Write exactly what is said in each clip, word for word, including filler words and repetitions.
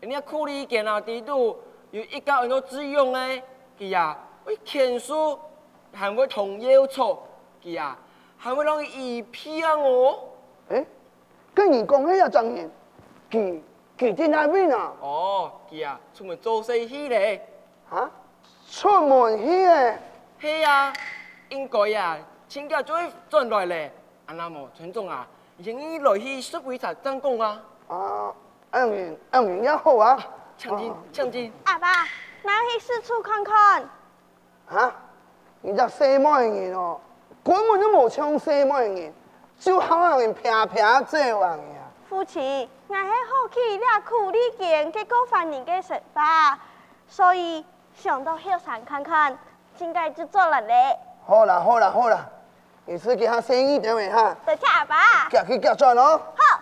你啊苦力件啊，地度有一家人都自用诶，佢啊会天书，还会同妖草，佢啊还会让伊骗我。 诶，跟你讲迄个张人，佢佢在哪边啊？ 哦，佢啊出门做生意咧。 啊？出门去诶？ 系啊，应该啊，请假就会转来咧。啊，那么陈总啊，愿意来去社会查张工啊？ 啊，安云安云也好啊。 抢进抢进。 阿爸，那去四处看看。 啊？你只西门的人哦，根本都无像西门的人，就好让人平平做人的啊。 夫妻，我是好奇俩苦力件结果犯人嘅事吧，所以想到后山看看，应该就做了嘞。 好啦好啦好啦，你自己下生意点位哈。 多谢阿爸。 夹去夹转咯。 好。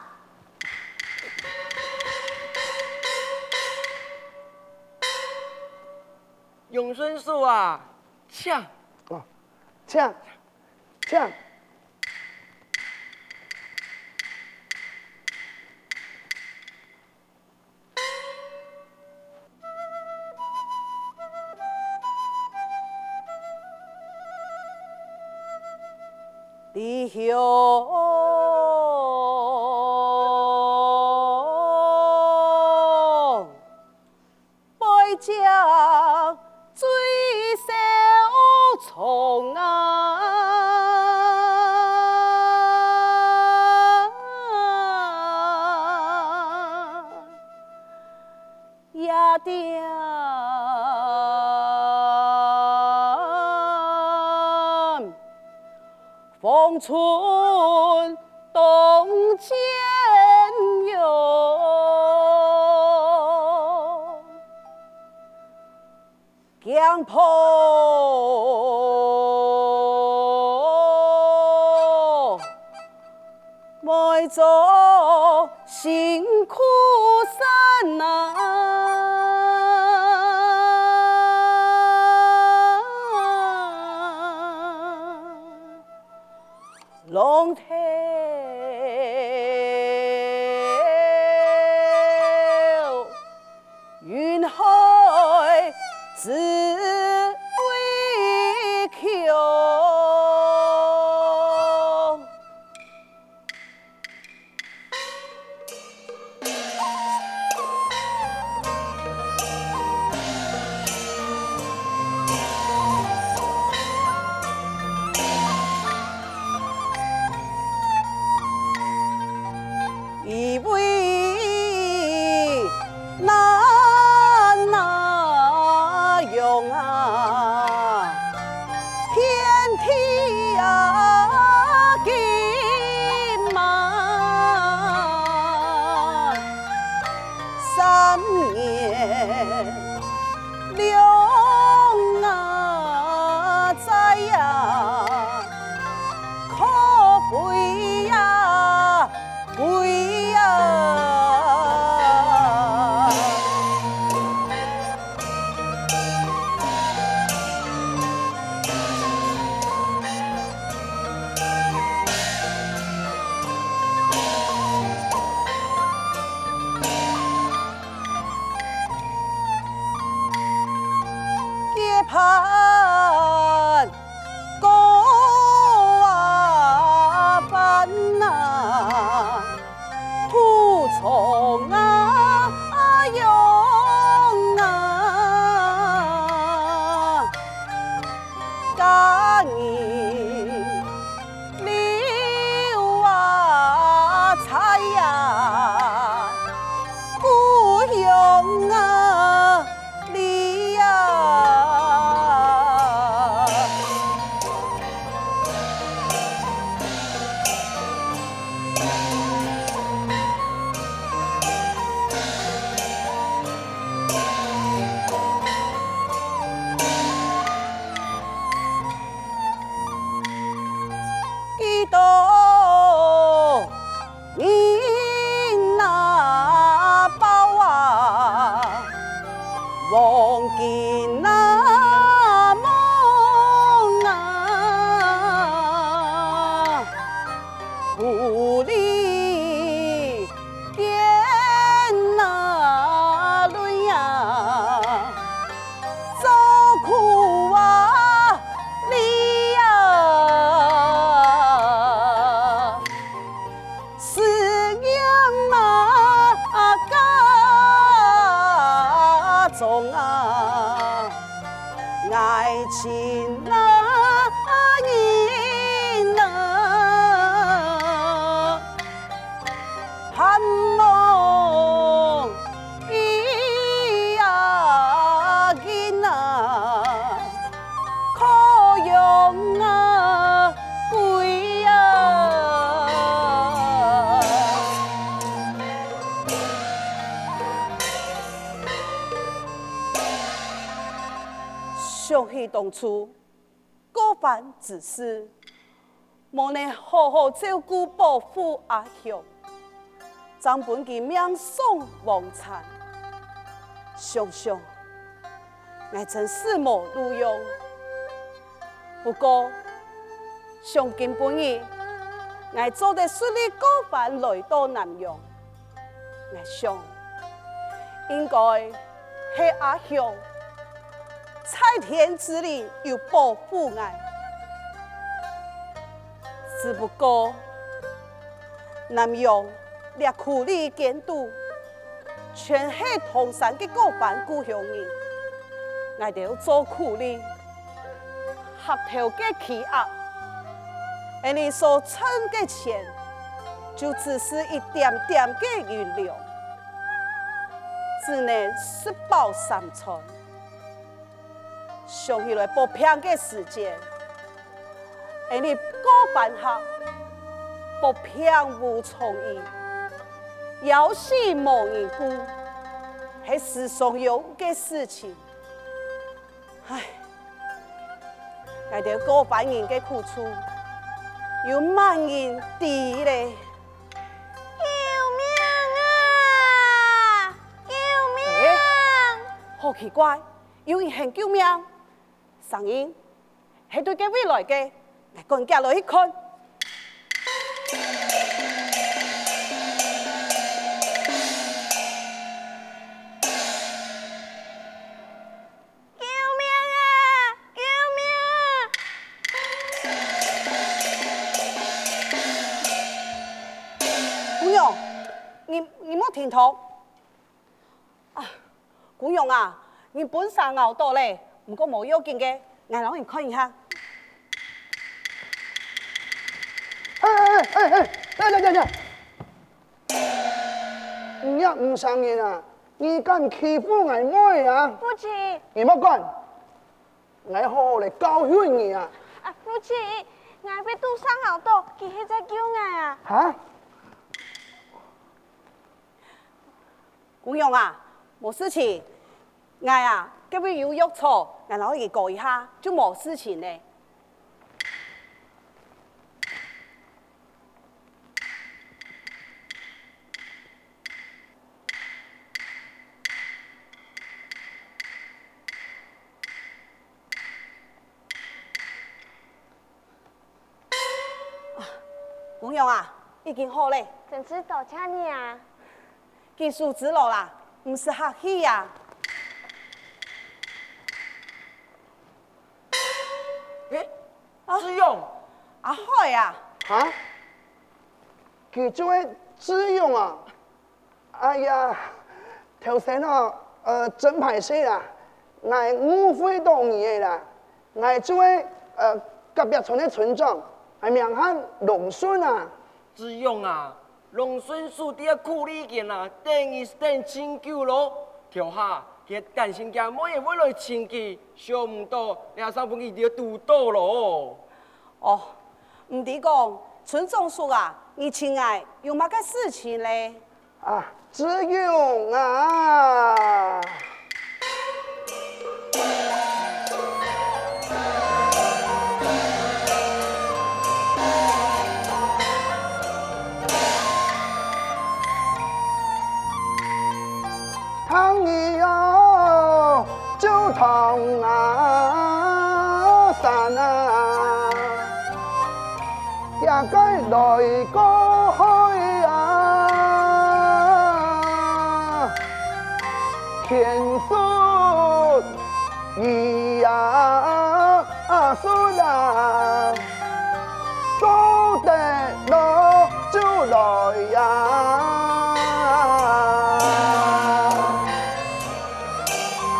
永顺树啊，抢！ 哦，抢抢！ 弟兄，拜将最小虫啊，呀爹。风春冬渐哟，江坡埋着辛苦山呐。龙头云海自为穷，以为难那用啊，天地啊金马，三年两啊在呀，可悲呀悲呀！结盼过啊烦呐，土虫啊用啊，家人留啊菜呀，故乡啊离呀。一道银那包啊， 中啊，爱情那人啊，盼望伊呀人啊，可用啊归啊。想起当初，过番之事，无能好好照顾保护阿雄，将本其命丧亡残。想想，我真是无路用。不过，上今本日，我做得顺利过番来到南阳，我想应该是阿雄。在天之灵有保护爱，只不过南阳列苦力监督，全系同山的各班故乡人，我哋要做苦力，合头嘅企压，而你所挣嘅錢，就只是一點點嘅原料，只能吃飽三餐。想起来不平嘅时间，而你过办下不平无创意，有时无人顾，系世上有嘅事情。唉，我哋过办人嘅苦楚，有万人敌咧。 救命啊！救命！ 欸，好奇怪，有人喊救命。声音係對嘅未來嘅，嚟趕家落去看。 救命啊！救命！ 姑娘，你你冇聽到？啊，姑娘啊，你本身熬到咧。唔過冇要緊嘅，我讓你看一下。 哎哎哎哎，嚟嚟嚟嚟！唔一唔上癮啊！你敢欺負我妹啊？ 父親， 你莫管，我好好嚟教訓你啊！ 啊，父親，我被堵上好多，佢係在救我啊！ 嚇！ 姑娘啊，冇事情，我啊，今日有約錯。然後佢過一下就冇事情咧。姑娘啊，已經好咧。 真是多謝你啊！ 技術之路啦，唔是客氣呀。 诶，志勇， 阿海啊， 嚇！佢做嘅志勇啊！哎呀，頭先啊，誒真歹勢啦，我誤會到你嘅啦，我做嘅誒隔壁村嘅村長，係名喊龍順啊！ 志勇啊，龍順樹啲苦力件啊，等於等清久咯，條下。佢擔心佢每日會來親佢，想唔到你阿三本佢就堵到咯。 哦，唔抵講，村長說啊，你親愛有乜個事情咧？ 啊，志勇啊！唐你要就唐啊山啊，也該來過去啊，天書咿呀書啊，走得路就來呀。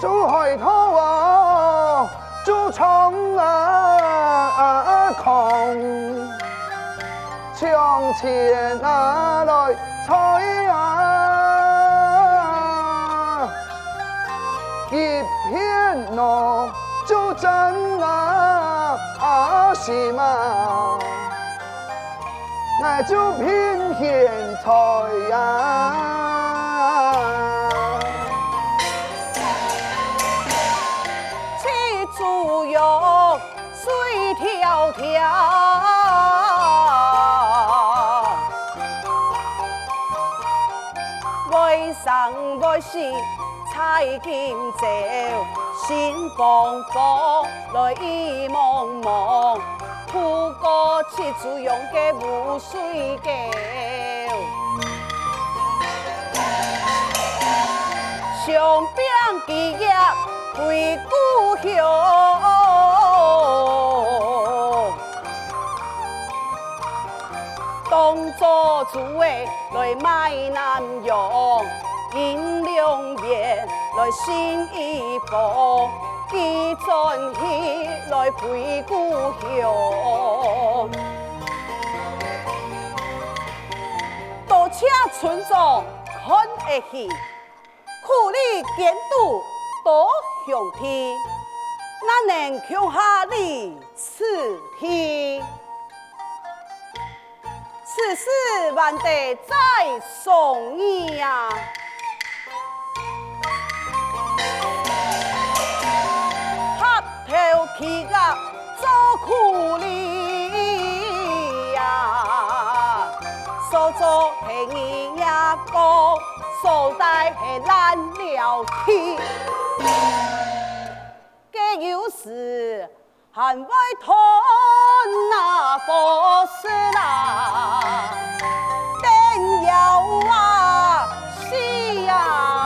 就海涛啊，就冲啊空，向前啊来采啊，一片诺就真啊啊是嘛，那就偏现财啊。 猪肉水迢迢，外生外死采金蕉，心慌慌来意茫茫，土过七猪用嘅无水沟，上边基业为故乡，当作主位来卖南洋，银两元来新衣服，寄转去来陪故乡。多请村长看会戏，苦力监督多向天，哪能向下你此天？此事还得再商议呀。合头起价做苦力呀，所做陪你呀讲，所带是烂了天。这有时还会拖那不是啦，真要啊是呀。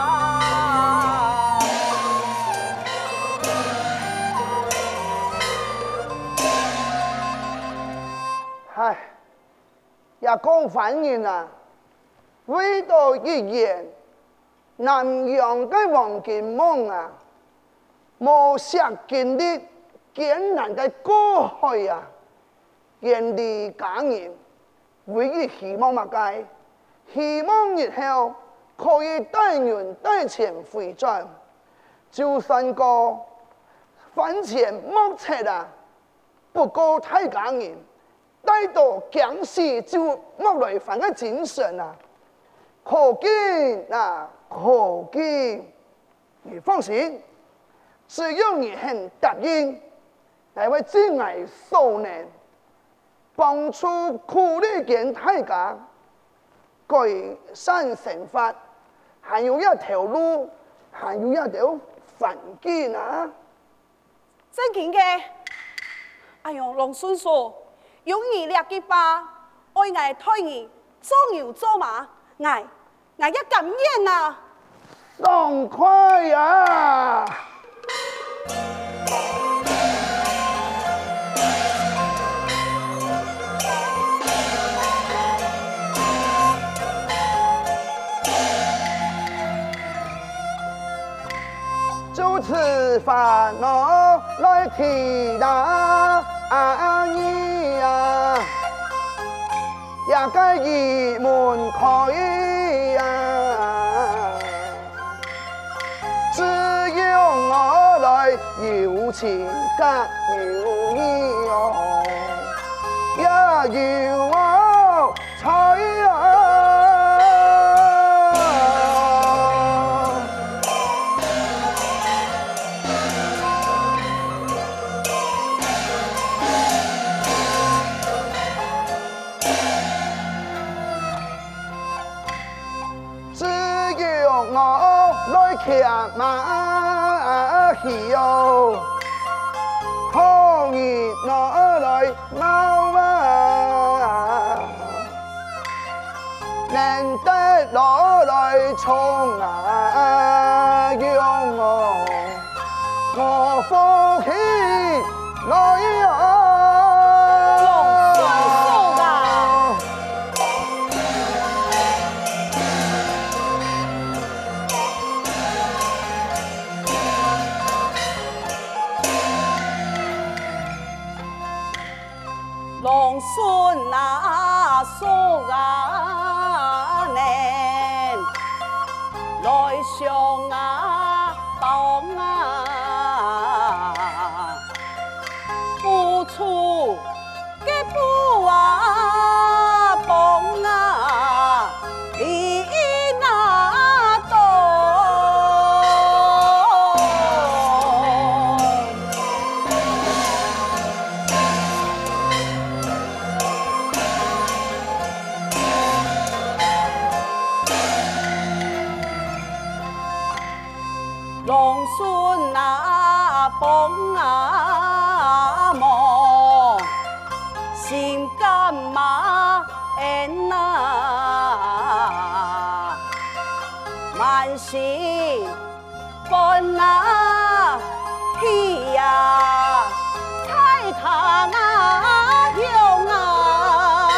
唉，也讲反应啊，为到一言，南洋嘅黄金梦啊，无涉经历艰难嘅过去啊，原地假人，唯一希望乜嘢？希望日後可以帶人帶錢回轉，就算個反錢莫測啊，不過太假人。帶到強勢就莫來犯嘅精神啊！可見啊，可見，你放心，只要你肯答應，來為真愛受難，幫助苦力見大家改善生活，還有一條路，還有一條環境啊！ 真嘅嘅，哎呦，龍孫說。用你叻嘅吧，愛愛推你做牛做馬，愛愛一感恩啊！ 爽快呀！就此烦恼来提答安逸呀，也该一门开呀，只有我来有情甲有义哦，也有我才呀。骑馬去喲，可以攞來貓啊，難得攞來衝啊用哦，我福氣來啊！ 龙孙啊，蹦啊梦，心甘马恩啊，满心奔啊喜呀，菜汤啊香啊。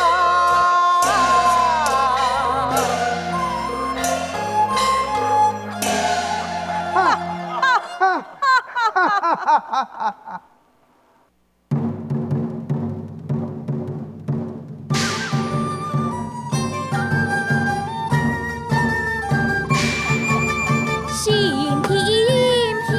心天飘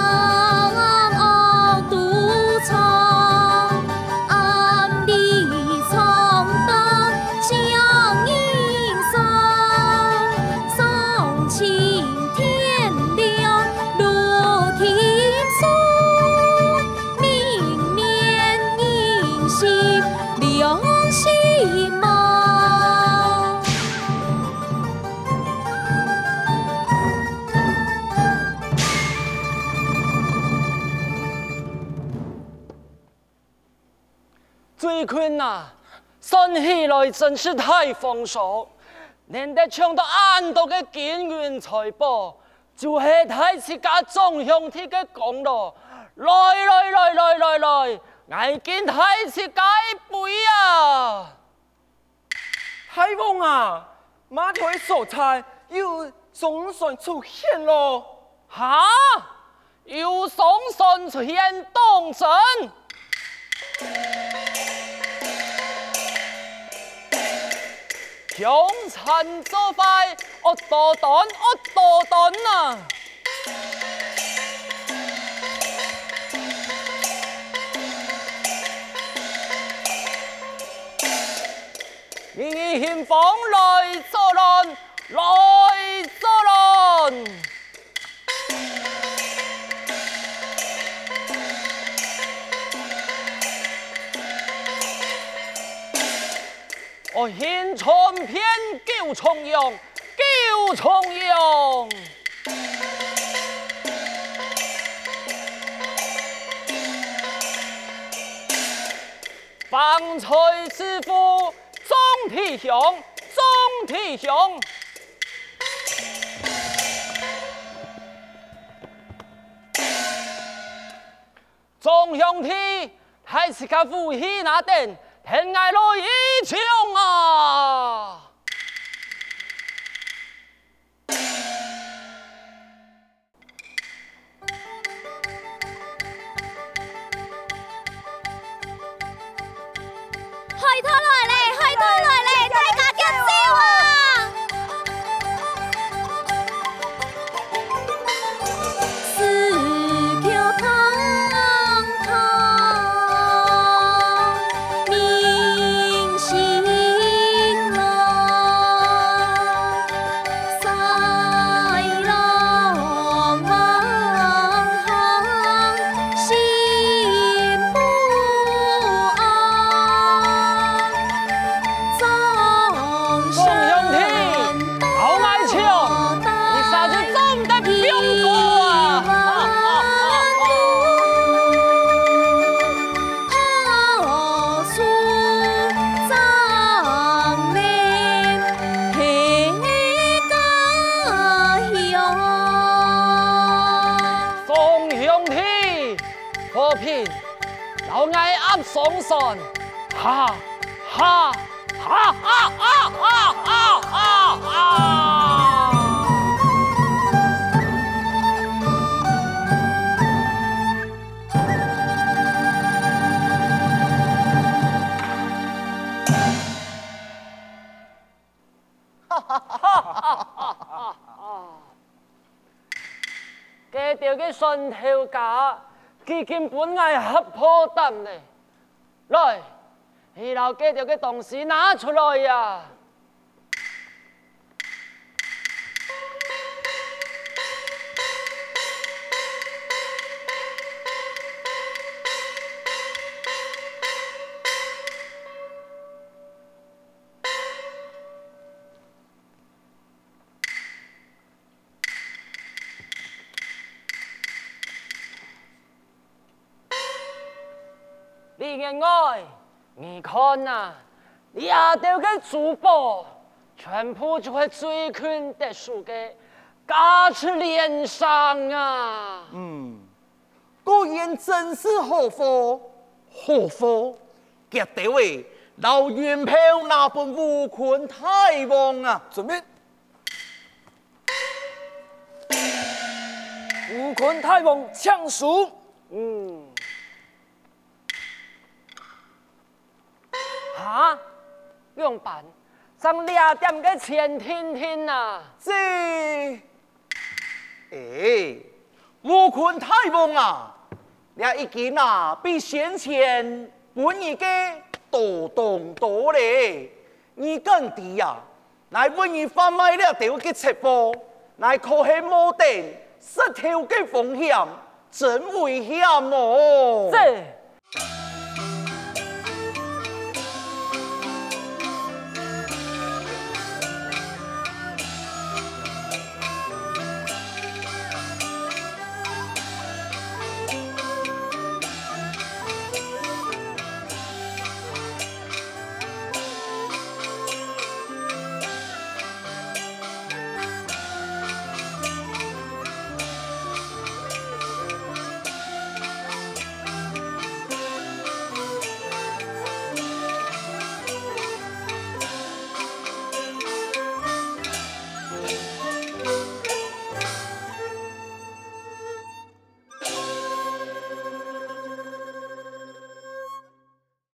独从，暗里藏刀将英雄，送青天亮路听书，明年迎新良心梦。 最近呐，算起来真是太丰硕，连得唱到俺度嘅金银财宝，就是太自家中乡体嘅功劳。来来来来来来，眼见太自家杯啊！ 海王啊，马头的素材又总算出现咯。 哈，又送上出现当真。强残作坏，恶多端，恶多端啊！你嫌风来作乱，来作乱！我现传篇救重用，救重用。方才师傅总体雄，总体雄。中乡体还是个武器那等。天爱落一枪啊！ 海涛来嘞，海涛来嘞，大家接招啊！四条汤汤。 和平，老爱压上山，哈哈哈哈哈哈哈哈哈！哈哈哈哈哈哈！给掉个顺头架。 佢根本係合破燈咧，來，二樓記條嘅東西拿出來呀！ 你嘅愛，你看啊，亞掉嘅珠寶，全部就係最近的數嘅加持臉上啊！ 嗯，果然真是好貨，好貨，夾到誒，老元票那本吳坤太王啊！ 準備。吳坤太王槍數，嗯。哈？用辦？上兩點嘅前聽聽啊！ 這，誒，吳坤太王啊，你已經啊比先前本日嘅多動多咧，你更啲啊，乃本日販賣了條嘅直播，乃可係冇定失條嘅風險，真危險哦！ 這。